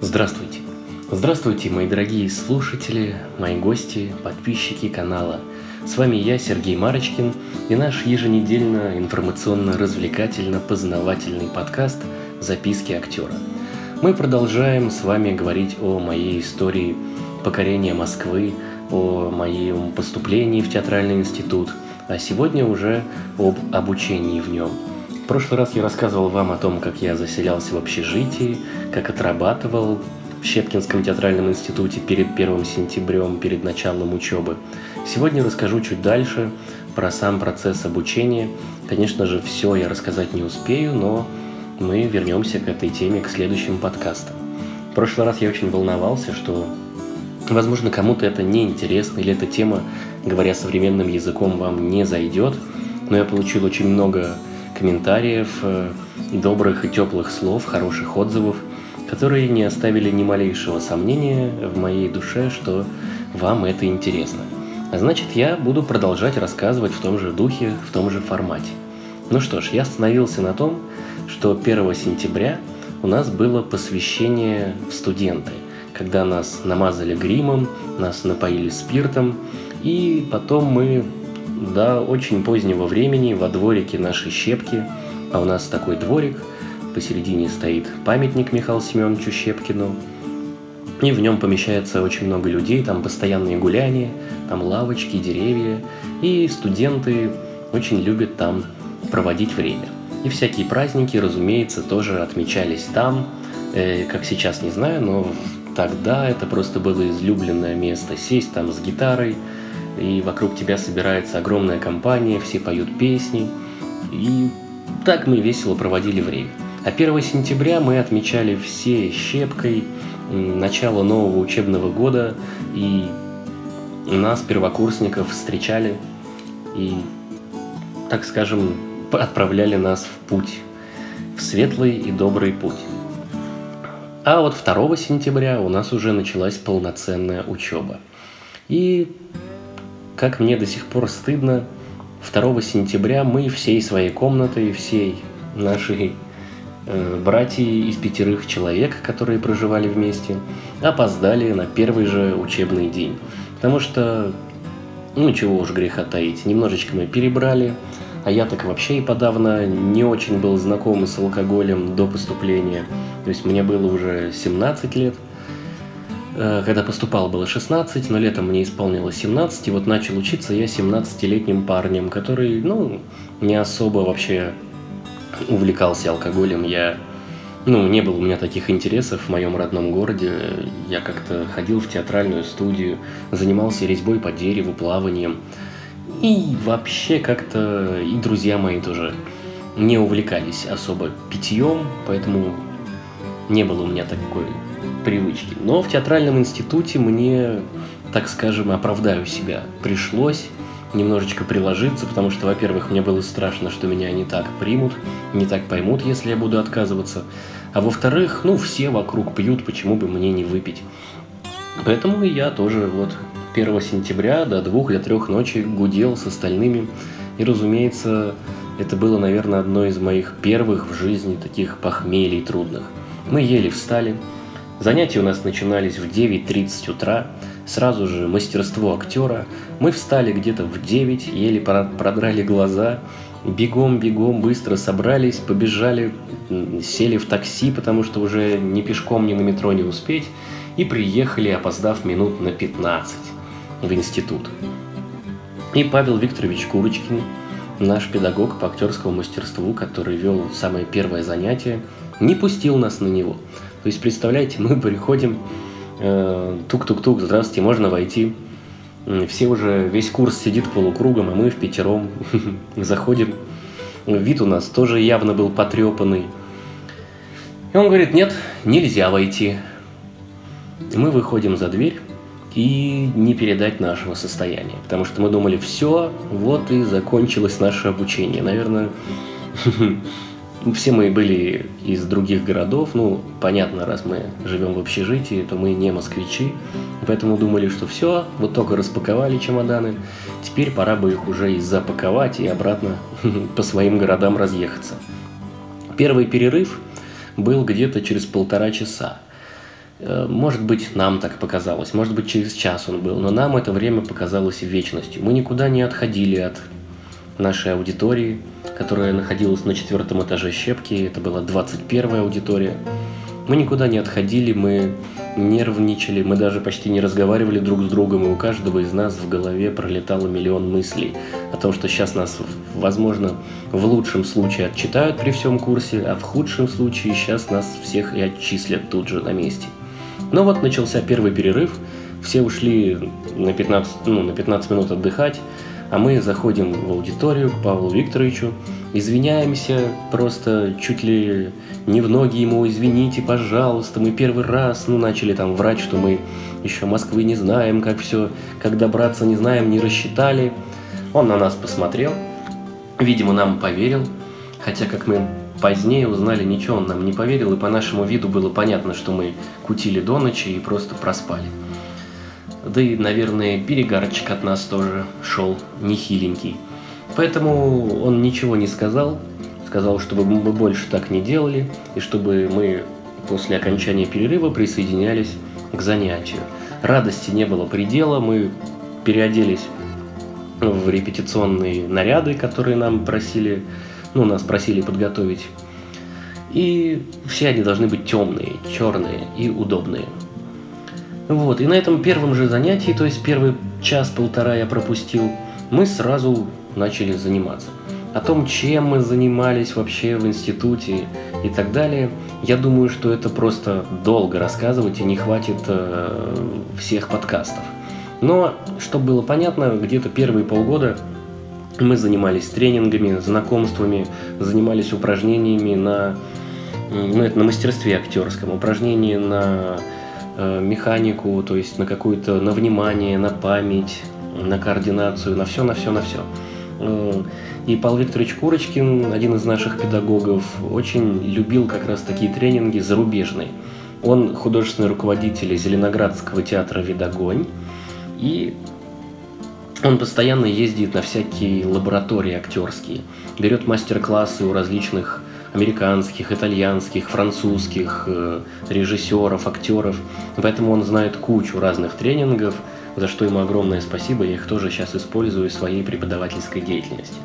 Здравствуйте! Здравствуйте, мои дорогие слушатели, мои гости, подписчики канала. С вами я, Сергей Марочкин, и наш еженедельно информационно-развлекательно-познавательный подкаст «Записки актера». Мы продолжаем с вами говорить о моей истории покорения Москвы, о моем поступлении в театральный институт, а сегодня уже об обучении в нем. В прошлый раз я рассказывал вам о том, как я заселялся в общежитии, как отрабатывал в Щепкинском театральном институте перед 1 сентябрем, перед началом учебы. Сегодня расскажу чуть дальше про сам процесс обучения. Конечно же, все я рассказать не успею, но мы вернемся к этой теме, к следующим подкастам. В прошлый раз я очень волновался, что, возможно, кому-то это не интересно, или эта тема, говоря современным языком, вам не зайдет, но я получил очень много комментариев, добрых и теплых слов, хороших отзывов, которые не оставили ни малейшего сомнения в моей душе, что вам это интересно. А значит, я буду продолжать рассказывать в том же духе, в том же формате. Ну что ж, я остановился на том, что 1 сентября у нас было посвящение в студенты, когда нас намазали гримом, нас напоили спиртом, и потом мы до очень позднего времени во дворике нашей Щепки, а у нас такой дворик, посередине стоит памятник Михаилу Семеновичу Щепкину, и в нем помещается очень много людей, там постоянные гуляния, там лавочки, деревья, и студенты очень любят там проводить время. И всякие праздники, разумеется, тоже отмечались там, как сейчас не знаю, но тогда это просто было излюбленное место, сесть там с гитарой, и вокруг тебя собирается огромная компания, все поют песни, и так мы весело проводили время. А 1 сентября мы отмечали всей Щепкой начало нового учебного года, и нас, первокурсников, встречали и, так скажем, отправляли нас в путь, в светлый и добрый путь. А вот 2 сентября у нас уже началась полноценная учеба. И, как мне до сих пор стыдно, 2 сентября мы всей своей комнатой, всей нашей братьей из 5 человек, которые проживали вместе, опоздали на первый же учебный день. Потому что, чего уж греха таить, немножечко мы перебрали, а я так вообще и подавно не очень был знаком с алкоголем до поступления. То есть мне было уже 17 лет. Когда поступал, было 16, но летом мне исполнилось 17, и вот начал учиться я 17-летним парнем, который, не особо вообще увлекался алкоголем. Не было у меня таких интересов в моем родном городе. Я как-то ходил в театральную студию, занимался резьбой по дереву, плаванием. И вообще как-то и друзья мои тоже не увлекались особо питьем, поэтому не было у меня такой привычки. Но в театральном институте мне, так скажем, оправдаю себя, пришлось немножечко приложиться, потому что, во-первых, мне было страшно, что меня не так примут, не так поймут, если я буду отказываться. А во-вторых, все вокруг пьют, почему бы мне не выпить. Поэтому я тоже 1 сентября до 2-3 ночи гудел с остальными. И, разумеется, это было, наверное, одно из моих первых в жизни таких похмелий трудных. Мы еле встали. Занятия у нас начинались в 9:30 утра. Сразу же мастерство актера. Мы встали где-то в 9, еле продрали глаза. Бегом, быстро собрались, побежали, сели в такси, потому что уже ни пешком, ни на метро не успеть. И приехали, опоздав минут на 15 в институт. И Павел Викторович Курочкин, наш педагог по актерскому мастерству, который вел самое первое занятие, не пустил нас на него. То есть, представляете, мы приходим, тук-тук-тук, здравствуйте, можно войти. Все уже, весь курс сидит полукругом, а мы впятером заходим. Вид у нас тоже явно был потрепанный. И он говорит, нет, нельзя войти. Мы выходим за дверь, и не передать нашего состояния. Потому что мы думали, все, вот и закончилось наше обучение. Наверное, все мы были из других городов. Понятно, раз мы живем в общежитии, то мы не москвичи. Поэтому думали, что все, вот только распаковали чемоданы. Теперь пора бы их уже и запаковать, и обратно по своим городам разъехаться. Первый перерыв был где-то через 1,5 часа. Может быть, нам так показалось, может быть, через час он был, но нам это время показалось вечностью. Мы никуда не отходили от нашей аудитории, которая находилась на 4-м этаже Щепки, это была 21-я аудитория. Мы никуда не отходили, мы нервничали, мы даже почти не разговаривали друг с другом, и у каждого из нас в голове пролетало миллион мыслей о том, что сейчас нас, возможно, в лучшем случае отчитают при всем курсе, а в худшем случае сейчас нас всех и отчислят тут же на месте. Но вот начался первый перерыв, все ушли на 15 минут отдыхать, а мы заходим в аудиторию к Павлу Викторовичу, извиняемся, просто чуть ли не в ноги ему: извините, пожалуйста, мы первый раз, начали там врать, что мы еще Москвы не знаем, как добраться не знаем, не рассчитали. Он на нас посмотрел, видимо, нам поверил, хотя, как мы позднее узнали, ничего он нам не поверил, и по нашему виду было понятно, что мы кутили до ночи и просто проспали. Да и, наверное, перегарчик от нас тоже шел нехиленький. Поэтому он ничего не сказал, чтобы мы больше так не делали, и чтобы мы после окончания перерыва присоединялись к занятию. Радости не было предела, мы переоделись в репетиционные наряды, которые нас просили подготовить. И все они должны быть темные, черные и удобные. Вот, и на этом первом же занятии, то есть первый час-полтора я пропустил, мы сразу начали заниматься. О том, чем мы занимались вообще в институте и так далее, я думаю, что это просто долго рассказывать и не хватит всех подкастов. Но, чтобы было понятно, где-то первые полгода мы занимались тренингами, знакомствами, занимались упражнениями на мастерстве актерском, упражнения на механику, то есть на внимание, на память, на координацию, на все. И Павел Викторович Курочкин, один из наших педагогов, очень любил как раз такие тренинги зарубежные. Он художественный руководитель Зеленоградского театра «Видогонь», и он постоянно ездит на всякие лаборатории актерские, берет мастер-классы у различных американских, итальянских, французских режиссеров, актеров. Поэтому он знает кучу разных тренингов, за что ему огромное спасибо, я их тоже сейчас использую в своей преподавательской деятельности.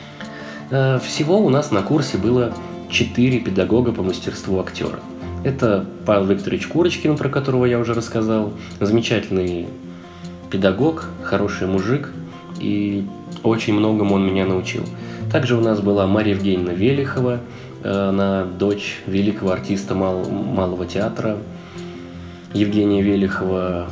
Всего у нас на курсе было 4 педагога по мастерству актера. Это Павел Викторович Курочкин, про которого я уже рассказал, замечательный педагог, хороший мужик, и очень многому он меня научил. Также у нас была Марья Евгеньевна Велихова, она дочь великого артиста Малого театра Евгения Велихова.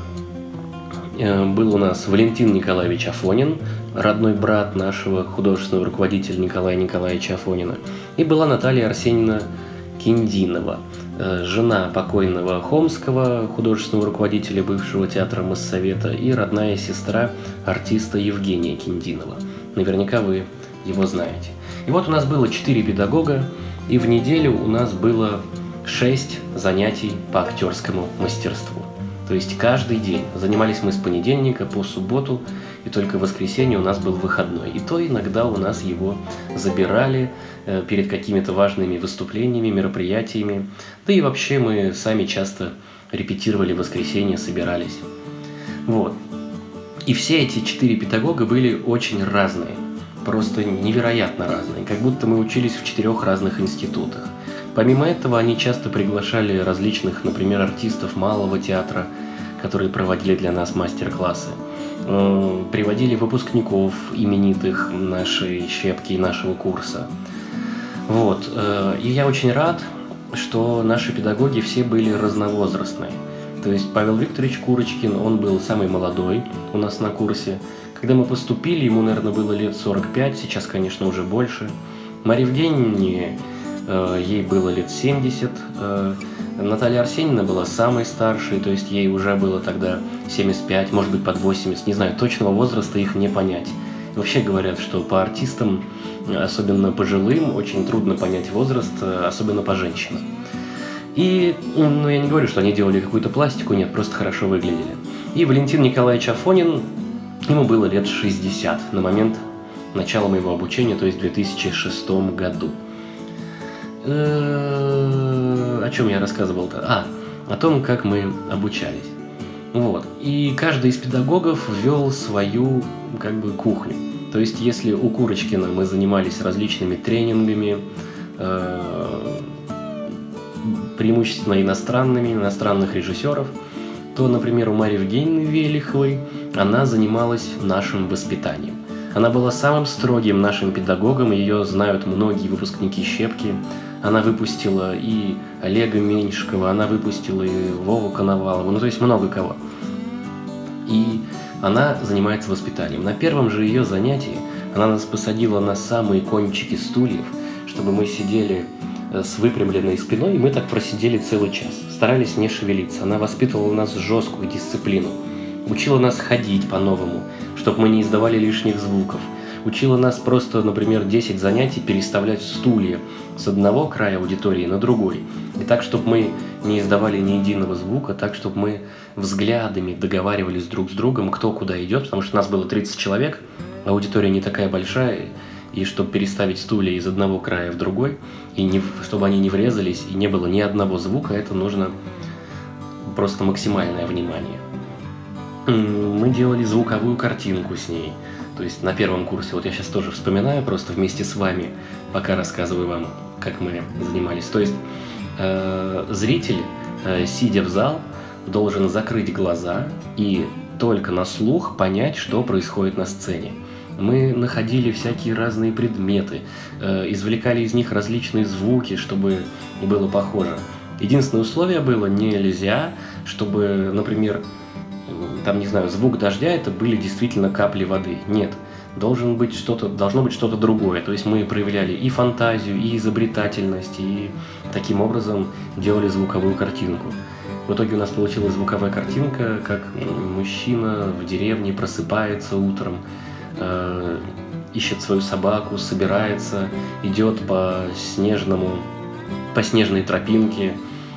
Был у нас Валентин Николаевич Афонин, родной брат нашего художественного руководителя Николая Николаевича Афонина. И была Наталья Арсеньевна Киндинова, жена покойного Хомского, художественного руководителя бывшего театра Моссовета, и родная сестра артиста Евгения Киндинова. Наверняка вы его знаете. И вот у нас было 4 педагога, и в неделю у нас было 6 занятий по актерскому мастерству. То есть каждый день. Занимались мы с понедельника по субботу, и только в воскресенье у нас был выходной. И то иногда у нас его забирали перед какими-то важными выступлениями, мероприятиями. Да и вообще мы сами часто репетировали в воскресенье, собирались. Вот. И все эти 4 педагога были очень разные. Просто невероятно разные. Как будто мы учились в 4 разных институтах. Помимо этого, они часто приглашали различных, например, артистов Малого театра, которые проводили для нас мастер-классы. Приводили выпускников именитых нашей Щепки и нашего курса. Вот. И я очень рад, что наши педагоги все были разновозрастные. То есть Павел Викторович Курочкин, он был самый молодой у нас на курсе. Когда мы поступили, ему, наверное, было лет 45, сейчас, конечно, уже больше. Марья Евгеньевна, ей было лет 70. Наталья Арсеньевна была самой старшей, то есть ей уже было тогда 75, может быть, под 80, не знаю, точного возраста их не понять. Вообще говорят, что по артистам, особенно пожилым, очень трудно понять возраст, особенно по женщинам. И, я не говорю, что они делали какую-то пластику, нет, просто хорошо выглядели. И Валентин Николаевич Афонин, ему было лет 60 на момент начала моего обучения, то есть в 2006 году. О чем я рассказывал-то? о том, как мы обучались. Вот. И каждый из педагогов ввел свою кухню. То есть, если у Курочкина мы занимались различными тренингами, преимущественно иностранных режиссеров, то, например, у Марьи Евгеньевны Велиховой она занималась нашим воспитанием. Она была самым строгим нашим педагогом, ее знают многие выпускники «Щепки». Она выпустила и Олега Меньшикова, она выпустила и Вову Коновалова, то есть много кого. И она занимается воспитанием. На первом же ее занятии она нас посадила на самые кончики стульев, чтобы мы сидели с выпрямленной спиной, и мы так просидели целый час. Старались не шевелиться. Она воспитывала у нас жесткую дисциплину. Учила нас ходить по-новому, чтобы мы не издавали лишних звуков. Учила нас просто, например, 10 занятий переставлять стулья с одного края аудитории на другой. И так, чтобы мы не издавали ни единого звука, так, чтобы мы взглядами договаривались друг с другом, кто куда идет, потому что нас было 30 человек, аудитория не такая большая, и чтобы переставить стулья из одного края в другой, и чтобы они не врезались, и не было ни одного звука, это нужно просто максимальное внимание. Мы делали звуковую картинку с ней. То есть на первом курсе, вот я сейчас тоже вспоминаю, просто вместе с вами, пока рассказываю вам, как мы занимались. То есть зритель, сидя в зал, должен закрыть глаза и только на слух понять, что происходит на сцене. Мы находили всякие разные предметы, извлекали из них различные звуки, чтобы было похоже. Единственное условие было: нельзя, чтобы, например, звук дождя, это были действительно капли воды. Нет, должно быть что-то другое. То есть мы проявляли и фантазию, и изобретательность, и таким образом делали звуковую картинку. В итоге у нас получилась звуковая картинка, как мужчина в деревне просыпается утром, ищет свою собаку, собирается, идет по снежной тропинке,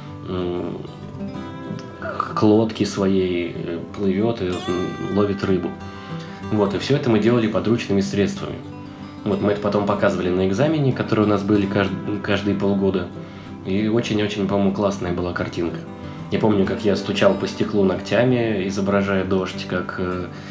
к лодке своей плывет и ловит рыбу. Вот, и все это мы делали подручными средствами. Вот, мы это потом показывали на экзамене, которые у нас были каждые полгода. И очень-очень, по-моему, классная была картинка. Я помню, как я стучал по стеклу ногтями, изображая дождь, как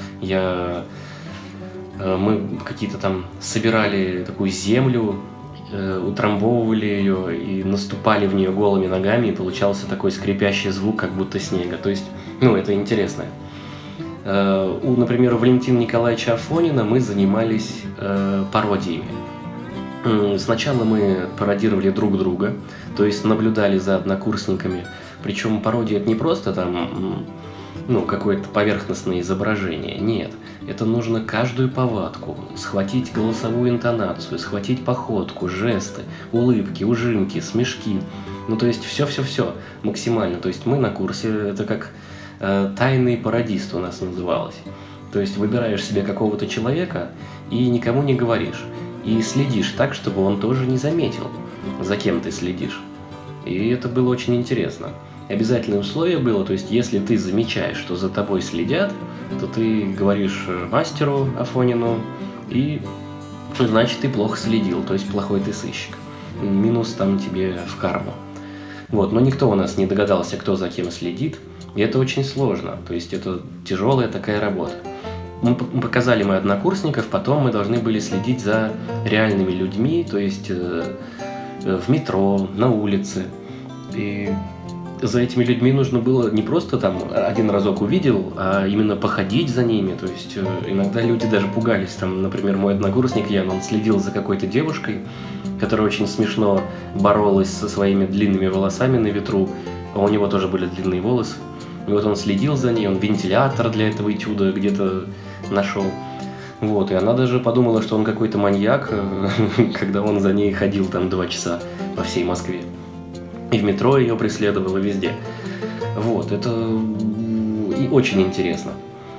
мы какие-то там собирали такую землю, утрамбовывали ее и наступали в нее голыми ногами, и получался такой скрипящий звук, как будто снега. То есть, это интересно. Например, у Валентина Николаевича Афонина мы занимались пародиями. Сначала мы пародировали друг друга, то есть наблюдали за однокурсниками. Причем пародия — это не просто какое-то поверхностное изображение. Нет, это нужно каждую повадку, схватить голосовую интонацию, схватить походку, жесты, улыбки, ужимки, смешки. То есть все максимально. То есть мы на курсе, это как тайный пародист у нас называлось. То есть выбираешь себе какого-то человека и никому не говоришь. И следишь так, чтобы он тоже не заметил, за кем ты следишь. И это было очень интересно. Обязательное условие было, то есть если ты замечаешь, что за тобой следят, то ты говоришь мастеру Афонину, и значит ты плохо следил, то есть плохой ты сыщик. Минус там тебе в карму. Вот, но никто у нас не догадался, кто за кем следит, и это очень сложно, то есть это тяжелая такая работа. Мы показали однокурсников, потом мы должны были следить за реальными людьми, то есть в метро, на улице. И за этими людьми нужно было не просто один разок увидел, а именно походить за ними. То есть иногда люди даже пугались. Например, мой однокурсник Ян, он следил за какой-то девушкой, которая очень смешно боролась со своими длинными волосами на ветру, а у него тоже были длинные волосы. И вот он следил за ней, он вентилятор для этого этюда где-то нашел. Вот, и она даже подумала, что он какой-то маньяк, когда он за ней ходил 2 часа по всей Москве. И в метро ее преследовало везде. Вот, это и очень интересно.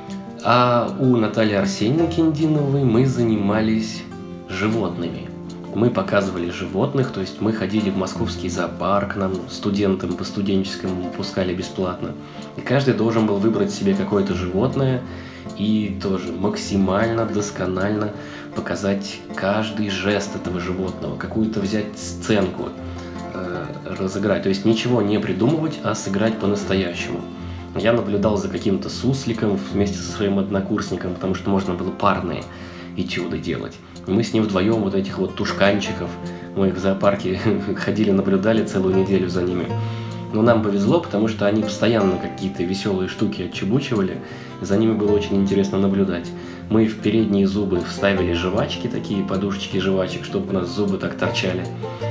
А у Натальи Арсеньевны Киндиновой мы занимались животными. Мы показывали животных, то есть мы ходили в московский зоопарк, нам студентам по студенческому пускали бесплатно. И каждый должен был выбрать себе какое-то животное и тоже максимально досконально показать каждый жест этого животного, какую-то взять сценку, разыграть. То есть ничего не придумывать, а сыграть по-настоящему. Я наблюдал за каким-то сусликом вместе со своим однокурсником, потому что можно было парные этюды делать. И мы с ним вдвоем вот этих вот тушканчиков, мы их в зоопарке ходили, наблюдали целую неделю за ними. Но нам повезло, потому что они постоянно какие-то веселые штуки отчебучивали, и за ними было очень интересно наблюдать. Мы в передние зубы вставили жвачки, такие подушечки жвачек, чтобы у нас зубы так торчали.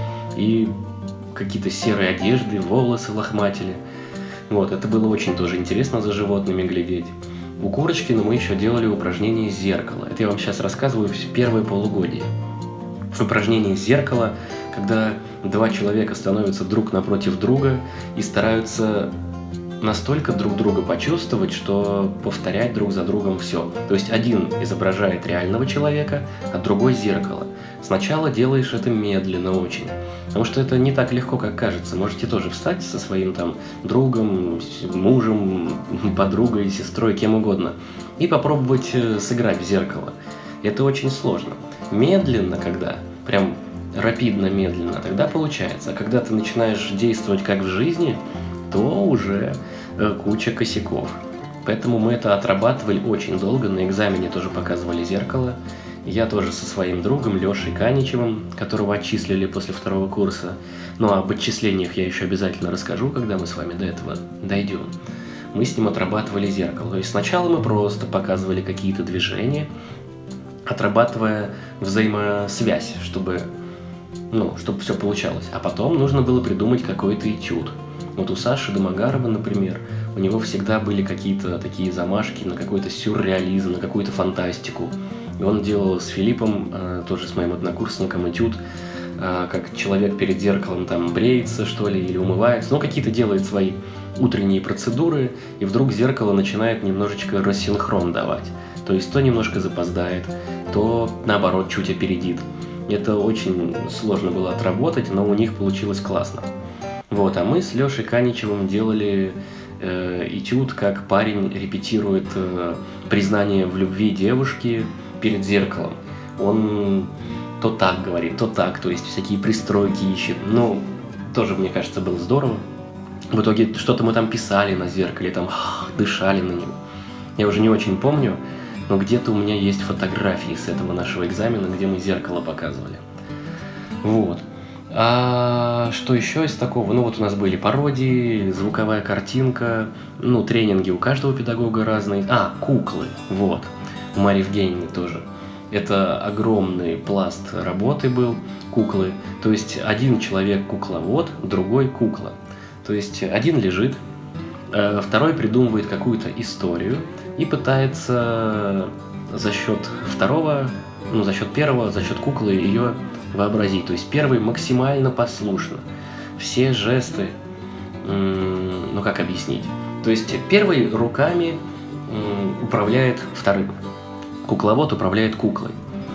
И какие-то серые одежды, волосы лохматили. Вот, это было очень тоже интересно за животными глядеть. У Курочкина мы еще делали упражнение зеркала. Это я вам сейчас рассказываю в первое полугодие. Упражнение зеркала, когда два человека становятся друг напротив друга и стараются настолько друг друга почувствовать, что повторять друг за другом все. То есть один изображает реального человека, а другой зеркало. Сначала делаешь это медленно очень, потому что это не так легко, как кажется. Можете тоже встать со своим там другом, мужем, подругой, сестрой, кем угодно, и попробовать сыграть в зеркало. Это очень сложно. Медленно, когда, прям рапидно медленно, тогда получается. А когда ты начинаешь действовать как в жизни, то уже куча косяков. Поэтому мы это отрабатывали очень долго, на экзамене тоже показывали зеркало. Я тоже со своим другом Лешей Каничевым, которого отчислили после 2 курса. Ну а об отчислениях я еще обязательно расскажу, когда мы с вами до этого дойдем. Мы с ним отрабатывали зеркало. То есть сначала мы просто показывали какие-то движения, отрабатывая взаимосвязь, чтобы все получалось. А потом нужно было придумать какой-то этюд. Вот у Саши Домогарова, например, у него всегда были какие-то такие замашки на какой-то сюрреализм, на какую-то фантастику. И он делал с Филиппом, тоже с моим однокурсником, этюд, как человек перед зеркалом там бреется, что ли, или умывается, какие-то делает свои утренние процедуры, и вдруг зеркало начинает немножечко рассинхрон давать. То есть то немножко запоздает, то наоборот чуть опередит. Это очень сложно было отработать, но у них получилось классно. Вот, а мы с Лешей Каничевым делали этюд, как парень репетирует признание в любви девушки перед зеркалом. Он то так говорит, то так, то есть всякие пристройки ищет. Тоже, мне кажется, было здорово. В итоге что-то мы там писали на зеркале, там дышали на него. Я уже не очень помню, но где-то у меня есть фотографии с этого нашего экзамена, где мы зеркало показывали. Вот. А что еще из такого? У нас были пародии, звуковая картинка, тренинги у каждого педагога разные. Куклы, вот. У Марии Евгеньевны тоже. Это огромный пласт работы был, куклы. То есть один человек кукловод, другой кукла. То есть один лежит, второй придумывает какую-то историю и пытается за счет первого, за счет куклы ее вообразить. То есть первый максимально послушно. Все жесты, как объяснить? То есть первый руками управляет вторым. Кукловод управляет куклой.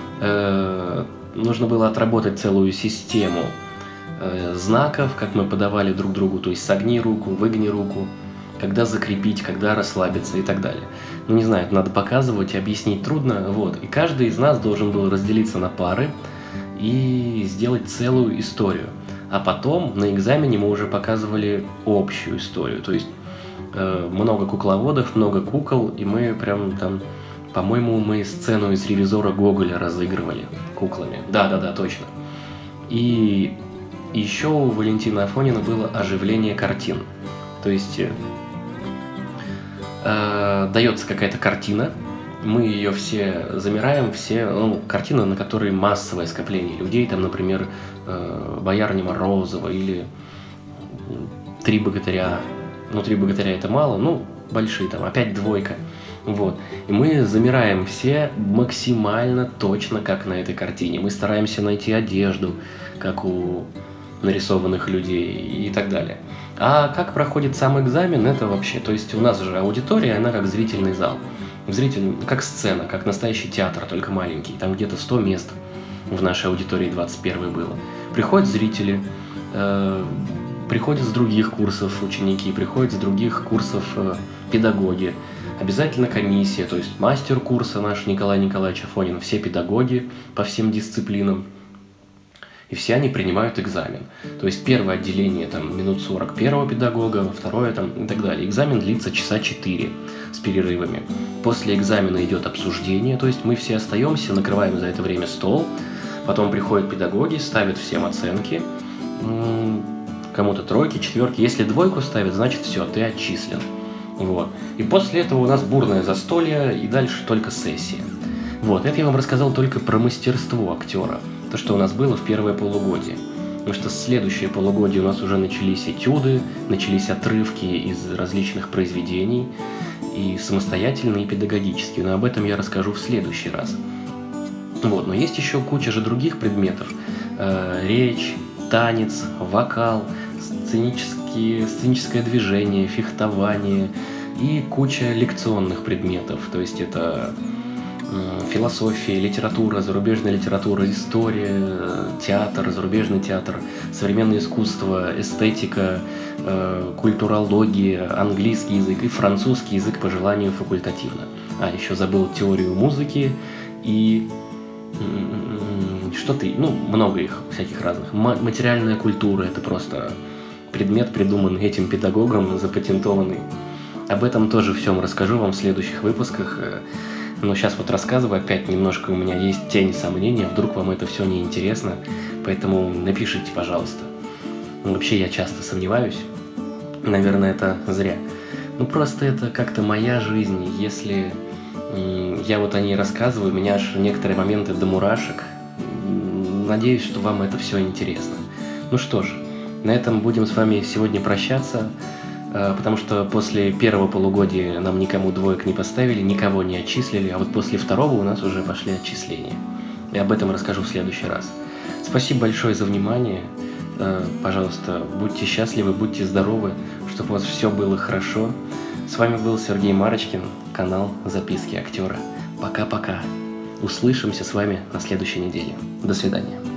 Нужно было отработать целую систему знаков, как мы подавали друг другу, то есть согни руку, выгни руку, когда закрепить, когда расслабиться и так далее. Не знаю, это надо показывать и объяснить трудно. Вот. И каждый из нас должен был разделиться на пары и сделать целую историю. А потом на экзамене мы уже показывали общую историю. То есть много кукловодов, много кукол, и мы прям там, по-моему, мы сцену из «Ревизора» Гоголя разыгрывали куклами. Да, точно. И еще у Валентины Афонина было оживление картин. То есть дается какая-то картина, мы ее все замираем, картина, на которой массовое скопление людей, там, например, «Боярыня Морозова» или «Три богатыря». 3 богатыря это мало, большие там, опять двойка. Вот. И мы замираем все максимально точно, как на этой картине. Мы стараемся найти одежду, как у нарисованных людей и так далее. А как проходит сам экзамен, это вообще... То есть у нас же аудитория, она как зрительный зал. Как сцена, как настоящий театр, только маленький. Там где-то 100 мест в нашей аудитории 21 было. Приходят зрители, приходят с других курсов ученики, приходят с других курсов педагоги. Обязательно комиссия, то есть мастер курса наш Николай Николаевич Афонин, все педагоги по всем дисциплинам. и все они принимают экзамен. То есть первое отделение там минут 40 первого педагога, второе там и так далее. Экзамен длится часа 4 с перерывами. После экзамена идет обсуждение, то есть мы все остаемся, накрываем за это время стол, потом приходят педагоги, ставят всем оценки, кому-то тройки, четверки. Если двойку ставят, значит все, ты отчислен. Вот. И после этого у нас бурное застолье, и дальше только сессия. Вот, это я вам рассказал только про мастерство актера, то, что у нас было в первое полугодие. Потому что следующее полугодие у нас уже начались этюды, начались отрывки из различных произведений, и самостоятельные, и педагогические. Но об этом я расскажу в следующий раз. Вот, но есть еще куча же других предметов. Речь, танец, вокал, сценическое движение, фехтование и куча лекционных предметов. То есть это философия, литература, зарубежная литература, история, театр, зарубежный театр, современное искусство, эстетика, культурология, английский язык и французский язык по желанию факультативно. Еще забыл теорию музыки и что-то, много их всяких разных. Материальная культура – это просто предмет, придуманный этим педагогом, запатентованный. Об этом тоже всем расскажу вам в следующих выпусках. Но сейчас вот рассказываю, опять немножко у меня есть тень сомнения, вдруг вам это все не интересно, поэтому напишите, пожалуйста. Вообще я часто сомневаюсь, наверное, это зря. Просто это как-то моя жизнь, если я вот о ней рассказываю, у меня аж некоторые моменты до мурашек. Надеюсь, что вам это все интересно. Ну что ж, на этом будем с вами сегодня прощаться, потому что после первого полугодия нам никому двоек не поставили, никого не отчислили, а вот после второго у нас уже пошли отчисления. И об этом расскажу в следующий раз. Спасибо большое за внимание. Пожалуйста, будьте счастливы, будьте здоровы, чтобы у вас все было хорошо. С вами был Сергей Марочкин, канал «Записки актера». Пока-пока. Услышимся с вами на следующей неделе. До свидания.